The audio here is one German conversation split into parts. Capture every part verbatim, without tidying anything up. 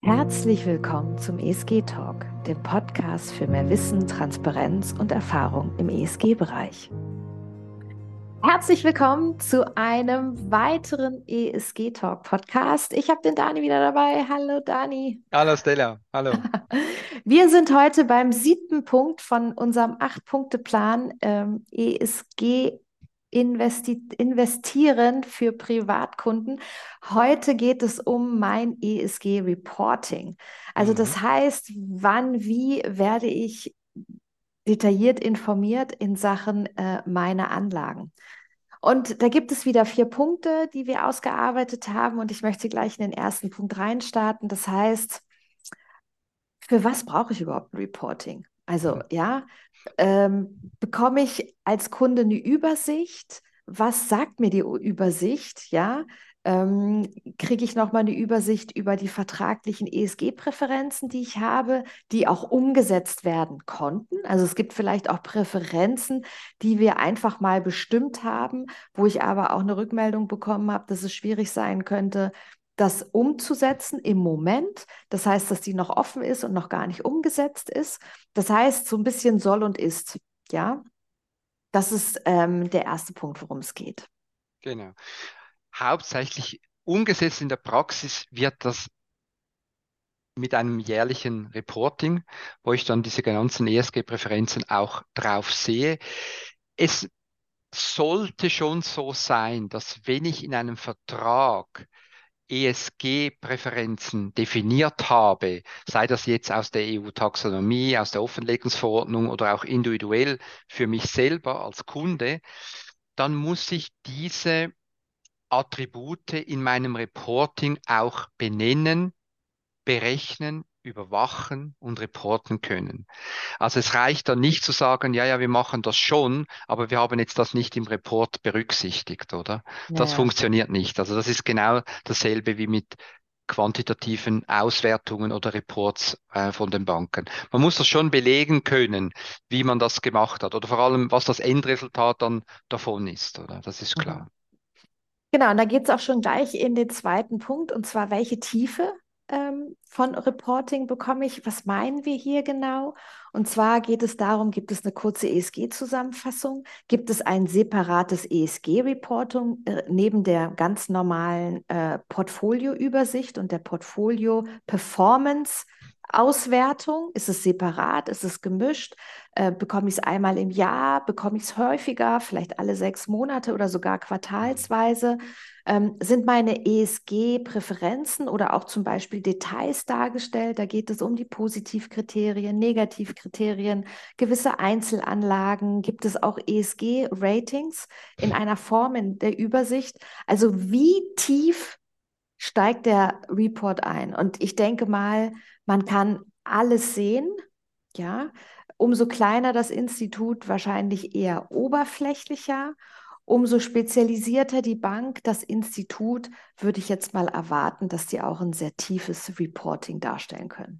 Herzlich willkommen zum E S G Talk, dem Podcast für mehr Wissen, Transparenz und Erfahrung im E S G-Bereich. Herzlich willkommen zu einem weiteren E S G Talk Podcast. Ich habe den Dani wieder dabei. Hallo Dani. Hallo Stella, hallo. Wir sind heute beim siebten Punkt von unserem Acht-Punkte-Plan ähm, E S G investi investieren für Privatkunden. Heute geht es um mein E S G-Reporting. Also Mhm. das heißt, wann, wie werde ich detailliert informiert in Sachen äh, meiner Anlagen. Und da gibt es wieder vier Punkte, die wir ausgearbeitet haben. Und ich möchte gleich in den ersten Punkt reinstarten. Das heißt, für was brauche ich überhaupt ein Reporting? Also ja, ähm, bekomme ich als Kunde eine Übersicht? Was sagt mir die Übersicht? Ja, ähm, kriege ich nochmal eine Übersicht über die vertraglichen E S G-Präferenzen, die ich habe, die auch umgesetzt werden konnten? Also es gibt vielleicht auch Präferenzen, die wir einfach mal bestimmt haben, wo ich aber auch eine Rückmeldung bekommen habe, dass es schwierig sein könnte, das umzusetzen im Moment. Das heißt, dass die noch offen ist und noch gar nicht umgesetzt ist. Das heißt, so ein bisschen soll und ist. Ja, das ist ähm, der erste Punkt, worum es geht. Genau. Hauptsächlich umgesetzt in der Praxis wird das mit einem jährlichen Reporting, wo ich dann diese ganzen E S G-Präferenzen auch drauf sehe. Es sollte schon so sein, dass wenn ich in einem Vertrag E S G-Präferenzen definiert habe, sei das jetzt aus der E U-Taxonomie, aus der Offenlegungsverordnung oder auch individuell für mich selber als Kunde, dann muss ich diese Attribute in meinem Reporting auch benennen, berechnen, überwachen und reporten können. Also es reicht dann nicht zu sagen, ja, ja, wir machen das schon, aber wir haben jetzt das nicht im Report berücksichtigt, oder? Das Naja. funktioniert nicht. Also das ist genau dasselbe wie mit quantitativen Auswertungen oder Reports äh, von den Banken. Man muss das schon belegen können, wie man das gemacht hat oder vor allem, was das Endresultat dann davon ist, oder? Das ist Mhm. klar. Genau, und da geht es auch schon gleich in den zweiten Punkt, und zwar, welche Tiefe ähm, von Reporting bekomme ich? Was meinen wir hier genau? Und zwar geht es darum, gibt es eine kurze E S G-Zusammenfassung? Gibt es ein separates E S G-Reporting äh, neben der ganz normalen äh, Portfolioübersicht und der Portfolio-Performance? Auswertung, ist es separat, ist es gemischt? Äh, bekomme ich es einmal im Jahr? Bekomme ich es häufiger, vielleicht alle sechs Monate oder sogar quartalsweise? Ähm, sind meine E S G-Präferenzen oder auch zum Beispiel Details dargestellt? Da geht es um die Positivkriterien, Negativkriterien, gewisse Einzelanlagen. Gibt es auch E S G-Ratings in einer Form in der Übersicht? Also wie tief steigt der Report ein? Und ich denke mal, man kann alles sehen, ja. Umso kleiner das Institut, wahrscheinlich eher oberflächlicher. Umso spezialisierter die Bank, das Institut, würde ich jetzt mal erwarten, dass die auch ein sehr tiefes Reporting darstellen können.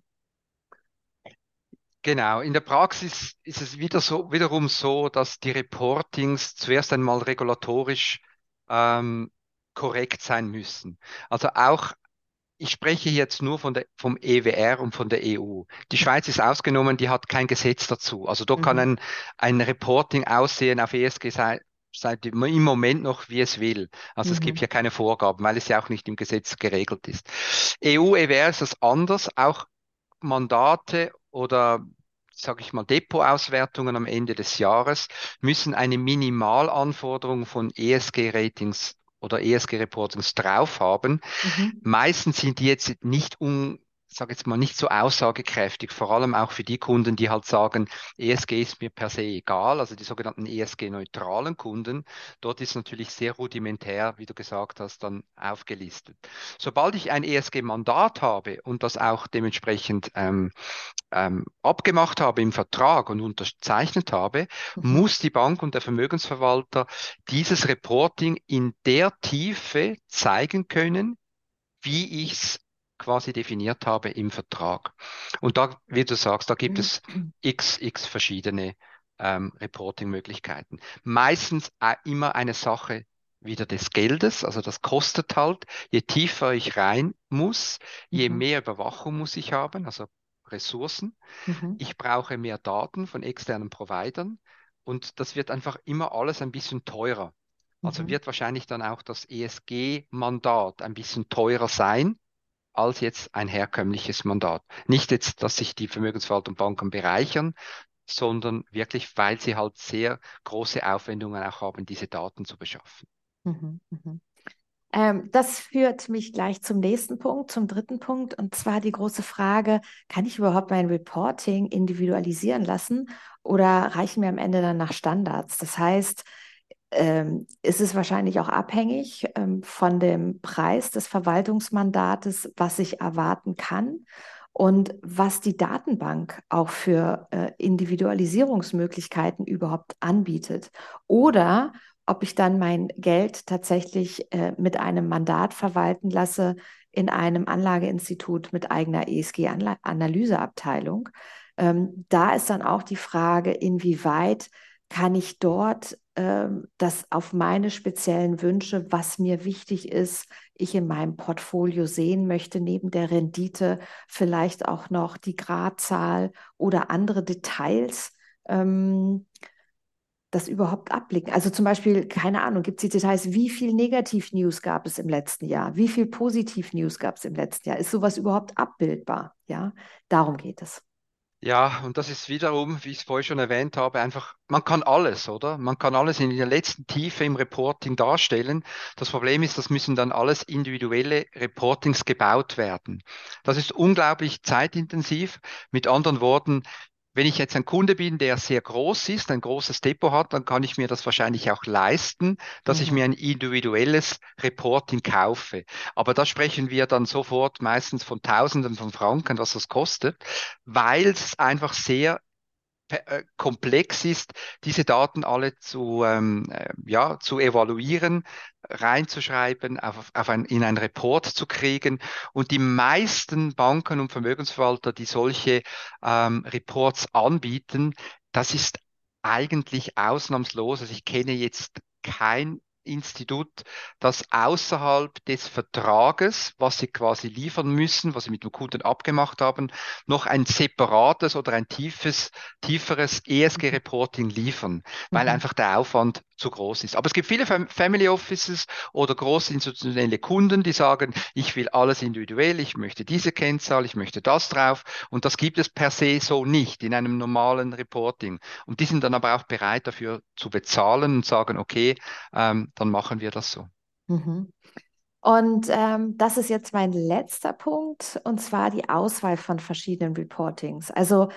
Genau, in der Praxis ist es wieder so, wiederum so, dass die Reportings zuerst einmal regulatorisch ähm, korrekt sein müssen. Also auch, ich spreche jetzt nur von der, vom E W R und von der E U. Die Schweiz ist ausgenommen, die hat kein Gesetz dazu. Also da kann Mhm. ein, ein Reporting aussehen auf E S G-Seite im Moment noch, wie es will. Also es gibt Mhm. ja keine Vorgaben, weil es ja auch nicht im Gesetz geregelt ist. E U-E W R ist das anders. Auch Mandate oder sage ich mal, Depotauswertungen am Ende des Jahres müssen eine Minimalanforderung von E S G-Ratings oder E S G-Reportings drauf haben. Mhm. Meistens sind die jetzt nicht un, sag jetzt mal, nicht so aussagekräftig, vor allem auch für die Kunden, die halt sagen, E S G ist mir per se egal, also die sogenannten E S G-neutralen Kunden. Dort ist natürlich sehr rudimentär, wie du gesagt hast, dann aufgelistet. Sobald ich ein E S G-Mandat habe und das auch dementsprechend ähm, ähm, abgemacht habe im Vertrag und unterzeichnet habe, Mhm. muss die Bank und der Vermögensverwalter dieses Reporting in der Tiefe zeigen können, wie ich es quasi definiert habe im Vertrag. Und da, wie du sagst, da gibt es Mhm. x, x verschiedene ähm, Reporting-Möglichkeiten. Meistens äh, immer eine Sache wieder des Geldes. Also das kostet halt, je tiefer ich rein muss, je Mhm. mehr Überwachung muss ich haben, also Ressourcen. Mhm. Ich brauche mehr Daten von externen Providern und das wird einfach immer alles ein bisschen teurer. Also Mhm. wird wahrscheinlich dann auch das E S G-Mandat ein bisschen teurer sein als jetzt ein herkömmliches Mandat. Nicht jetzt, dass sich die Vermögensverwaltung Banken bereichern, sondern wirklich, weil sie halt sehr große Aufwendungen auch haben, diese Daten zu beschaffen. Mhm. Mhm. Ähm, das führt mich gleich zum nächsten Punkt, zum dritten Punkt, und zwar die große Frage, kann ich überhaupt mein Reporting individualisieren lassen oder reichen mir am Ende dann nach Standards? Das heißt, ähm, ist es wahrscheinlich auch abhängig ähm, von dem Preis des Verwaltungsmandates, was ich erwarten kann und was die Datenbank auch für äh, Individualisierungsmöglichkeiten überhaupt anbietet. Oder ob ich dann mein Geld tatsächlich äh, mit einem Mandat verwalten lasse in einem Anlageinstitut mit eigener E S G-Analyseabteilung. Ähm, da ist dann auch die Frage, inwieweit kann ich dort ähm, das auf meine speziellen Wünsche, was mir wichtig ist, ich in meinem Portfolio sehen möchte, neben der Rendite vielleicht auch noch die Gradzahl oder andere Details, ähm, das überhaupt abblicken. Also zum Beispiel, keine Ahnung, gibt es die Details, wie viel Negativ-News gab es im letzten Jahr? Wie viel Positiv-News gab es im letzten Jahr? Ist sowas überhaupt abbildbar? Ja, darum geht es. Ja, und das ist wiederum, wie ich es vorhin schon erwähnt habe, einfach, man kann alles, oder? Man kann alles in der letzten Tiefe im Reporting darstellen. Das Problem ist, das müssen dann alles individuelle Reportings gebaut werden. Das ist unglaublich zeitintensiv. Mit anderen Worten, wenn ich jetzt ein Kunde bin, der sehr groß ist, ein großes Depot hat, dann kann ich mir das wahrscheinlich auch leisten, dass ich Mhm. mir ein individuelles Reporting kaufe. Aber da sprechen wir dann sofort meistens von Tausenden von Franken, was das kostet, weil es einfach sehr äh, komplex ist, diese Daten alle zu, ähm, äh, ja, zu evaluieren, reinzuschreiben, auf, auf ein, in einen Report zu kriegen. Und die meisten Banken und Vermögensverwalter, die solche ähm, Reports anbieten, das ist eigentlich ausnahmslos. Also ich kenne jetzt kein Institut, das außerhalb des Vertrages, was sie quasi liefern müssen, was sie mit dem Kunden abgemacht haben, noch ein separates oder ein tiefes tieferes E S G-Reporting liefern, weil Mhm. einfach der Aufwand zu groß ist. Aber es gibt viele Fam Family Offices oder große institutionelle Kunden, die sagen, ich will alles individuell, ich möchte diese Kennzahl, ich möchte das drauf. Und das gibt es per se so nicht in einem normalen Reporting. Und die sind dann aber auch bereit dafür zu bezahlen und sagen, okay, ähm, dann machen wir das so. Mhm. Und ähm, das ist jetzt mein letzter Punkt, und zwar die Auswahl von verschiedenen Reportings. Also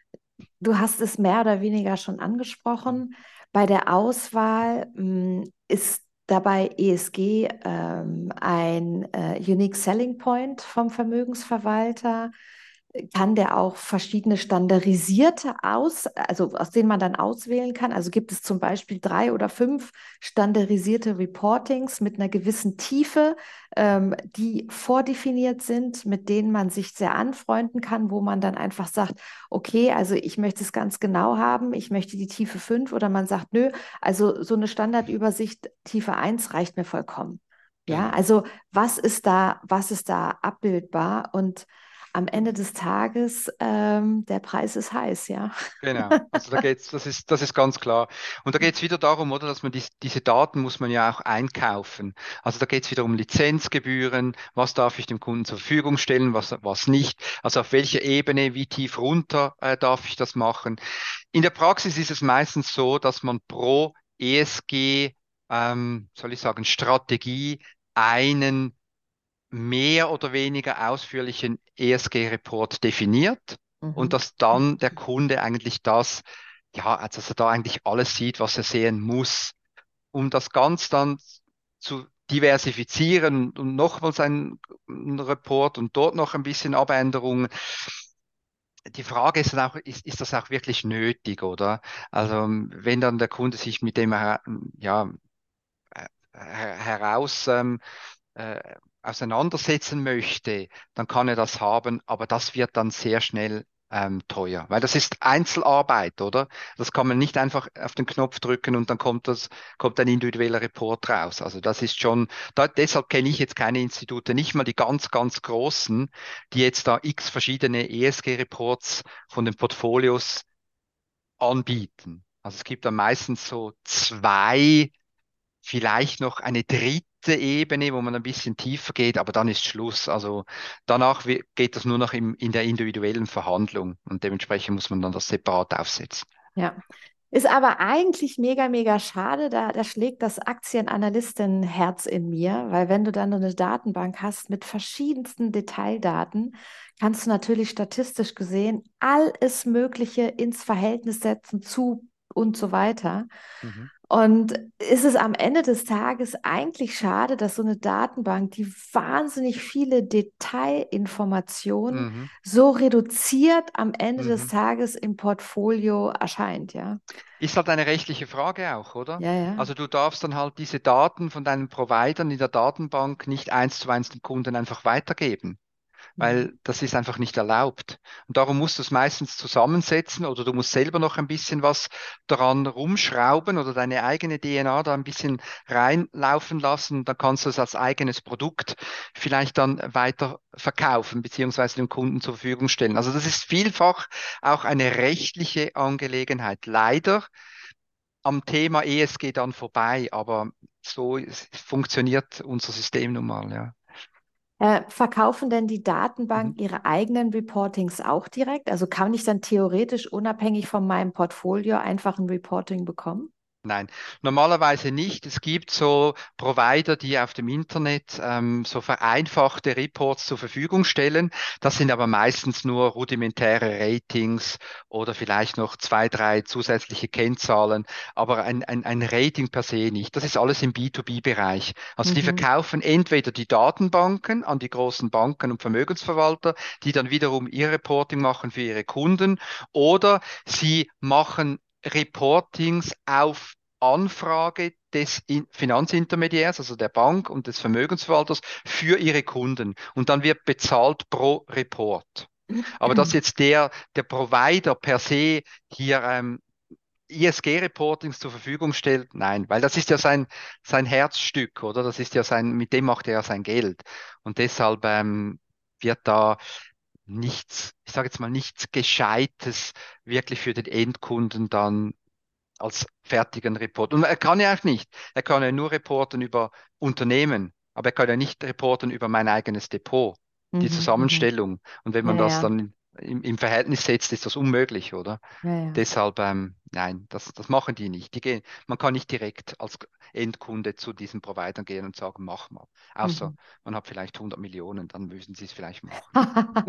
du hast es mehr oder weniger schon angesprochen. Bei der Auswahl mh, ist dabei E S G ähm, ein äh, Unique Selling Point vom Vermögensverwalter. Kann der auch verschiedene standardisierte aus, also aus denen man dann auswählen kann? Also gibt es zum Beispiel drei oder fünf standardisierte Reportings mit einer gewissen Tiefe, ähm, die vordefiniert sind, mit denen man sich sehr anfreunden kann, wo man dann einfach sagt, okay, also ich möchte es ganz genau haben, ich möchte die Tiefe fünf, oder man sagt, nö, also so eine Standardübersicht Tiefe eins reicht mir vollkommen. Ja, Genau. also was ist da, was ist da abbildbar? Und am Ende des Tages, ähm, der Preis ist heiß, ja. Genau, also da geht's, das ist, das ist ganz klar. Und da geht's wieder darum, oder, dass man dies, diese Daten muss man ja auch einkaufen. Also da geht's wieder um Lizenzgebühren, was darf ich dem Kunden zur Verfügung stellen, was, was nicht. Also auf welcher Ebene, wie tief runter äh, darf ich das machen. In der Praxis ist es meistens so, dass man pro E S G, ähm, soll ich sagen, Strategie einen mehr oder weniger ausführlichen E S G-Report definiert und Mhm. dass dann der Kunde eigentlich das, ja, also dass er da eigentlich alles sieht, was er sehen muss, um das Ganze dann zu diversifizieren und nochmals ein, ein Report und dort noch ein bisschen Abänderungen. Die Frage ist dann auch, ist, ist das auch wirklich nötig, oder? Also wenn dann der Kunde sich mit dem her- ja, äh, her- heraus ähm, äh, auseinandersetzen möchte, dann kann er das haben, aber das wird dann sehr schnell ähm, teuer, weil das ist Einzelarbeit, oder? Das kann man nicht einfach auf den Knopf drücken und dann kommt das, kommt ein individueller Report raus. Also das ist schon, da, deshalb kenne ich jetzt keine Institute, nicht mal die ganz, ganz großen, die jetzt da x verschiedene E S G-Reports von den Portfolios anbieten. Also es gibt da meistens so zwei, vielleicht noch eine dritte Ebene, wo man ein bisschen tiefer geht, aber dann ist Schluss. Also danach wi- geht das nur noch im, in der individuellen Verhandlung und dementsprechend muss man dann das separat aufsetzen. Ja. Ist aber eigentlich mega, mega schade. Da, da schlägt das Aktienanalystenherz in mir, weil wenn du dann eine Datenbank hast mit verschiedensten Detaildaten, kannst du natürlich statistisch gesehen alles Mögliche ins Verhältnis setzen zu und so weiter. Mhm. Und ist es am Ende des Tages eigentlich schade, dass so eine Datenbank, die wahnsinnig viele Detailinformationen Mhm. so reduziert am Ende des Mhm. Tages im Portfolio erscheint, ja? Ist halt eine rechtliche Frage auch, oder? Ja, ja. Also du darfst dann halt diese Daten von deinen Providern in der Datenbank nicht eins zu eins dem Kunden einfach weitergeben, Mhm. weil das ist einfach nicht erlaubt. Und darum musst du es meistens zusammensetzen oder du musst selber noch ein bisschen was daran rumschrauben oder deine eigene D N A da ein bisschen reinlaufen lassen. Dann kannst du es als eigenes Produkt vielleicht dann weiter verkaufen beziehungsweise dem Kunden zur Verfügung stellen. Also das ist vielfach auch eine rechtliche Angelegenheit. Leider am Thema E S G dann vorbei, aber so ist- funktioniert unser System nun mal, ja. Äh, verkaufen denn die Mhm. Datenbank ihre eigenen Reportings auch direkt? Also kann ich dann theoretisch unabhängig von meinem Portfolio einfach ein Reporting bekommen? Nein, normalerweise nicht. Es gibt so Provider, die auf dem Internet ähm, so vereinfachte Reports zur Verfügung stellen. Das sind aber meistens nur rudimentäre Ratings oder vielleicht noch zwei, drei zusätzliche Kennzahlen, aber ein, ein, ein Rating per se nicht. Das ist alles im B zwei B-Bereich. Also die Mhm. verkaufen entweder die Datenbanken an die großen Banken und Vermögensverwalter, die dann wiederum ihr Reporting machen für ihre Kunden, oder sie machen Reportings auf Anfrage des In- Finanzintermediärs, also der Bank und des Vermögensverwalters für ihre Kunden. Und dann wird bezahlt pro Report. Aber dass jetzt der, der Provider per se hier ähm, I S G-Reportings zur Verfügung stellt, nein, weil das ist ja sein, sein Herzstück, oder? Das ist ja sein, mit dem macht er ja sein Geld. Und deshalb ähm, wird da nichts, ich sage jetzt mal nichts Gescheites wirklich für den Endkunden dann als fertigen Report. Und er kann ja auch nicht. Er kann ja nur reporten über Unternehmen, aber er kann ja nicht reporten über mein eigenes Depot, die Mhm, mhm. Zusammenstellung. Und wenn Ja, man das ja, dann im, im Verhältnis setzt, ist das unmöglich, oder? ja, ja. Deshalb, ähm, nein, das, das machen die nicht. Die gehen, man kann nicht direkt als Endkunde zu diesen Providern gehen und sagen, mach mal. Außer Mhm. man hat vielleicht hundert Millionen, dann müssen sie es vielleicht machen.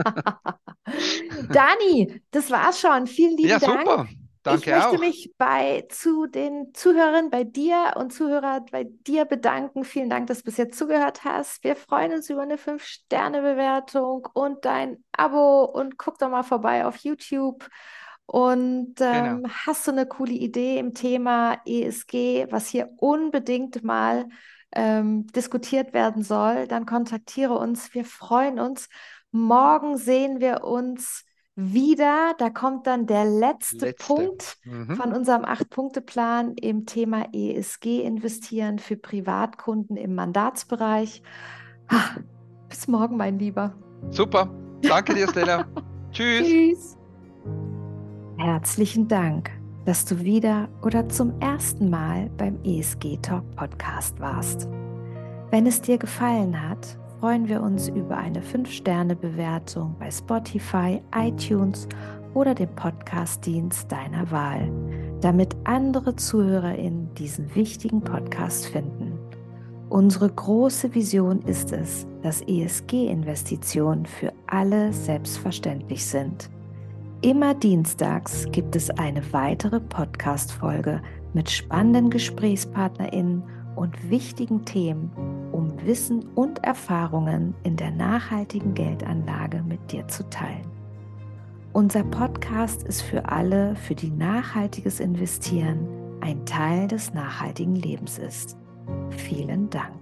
Dani, das war's schon. Vielen Ja, lieben Dank. super. Ich Danke möchte auch. mich bei zu den Zuhörern, bei dir und Zuhörer bei dir bedanken. Vielen Dank, dass du bis jetzt zugehört hast. Wir freuen uns über eine fünf Sterne Bewertung und dein Abo und guck doch mal vorbei auf YouTube. Und Genau. ähm, hast du eine coole Idee im Thema E S G, was hier unbedingt mal ähm, diskutiert werden soll, dann kontaktiere uns. Wir freuen uns. Morgen sehen wir uns wieder. Da kommt dann der letzte Letzte. Punkt Mhm. von unserem Acht-Punkte-Plan im Thema E S G investieren für Privatkunden im Mandatsbereich. Ah, bis morgen, mein Lieber. Super. Danke dir, Stella. Tschüss. Tschüss. Herzlichen Dank, dass du wieder oder zum ersten Mal beim E S G Talk Podcast warst. Wenn es dir gefallen hat, freuen wir uns über eine fünf Sterne Bewertung bei Spotify, iTunes oder dem Podcast-Dienst deiner Wahl, damit andere ZuhörerInnen diesen wichtigen Podcast finden. Unsere große Vision ist es, dass E S G-Investitionen für alle selbstverständlich sind. Immer dienstags gibt es eine weitere Podcast-Folge mit spannenden GesprächspartnerInnen und wichtigen Themen, um Wissen und Erfahrungen in der nachhaltigen Geldanlage mit dir zu teilen. Unser Podcast ist für alle, für die nachhaltiges Investieren ein Teil des nachhaltigen Lebens ist. Vielen Dank.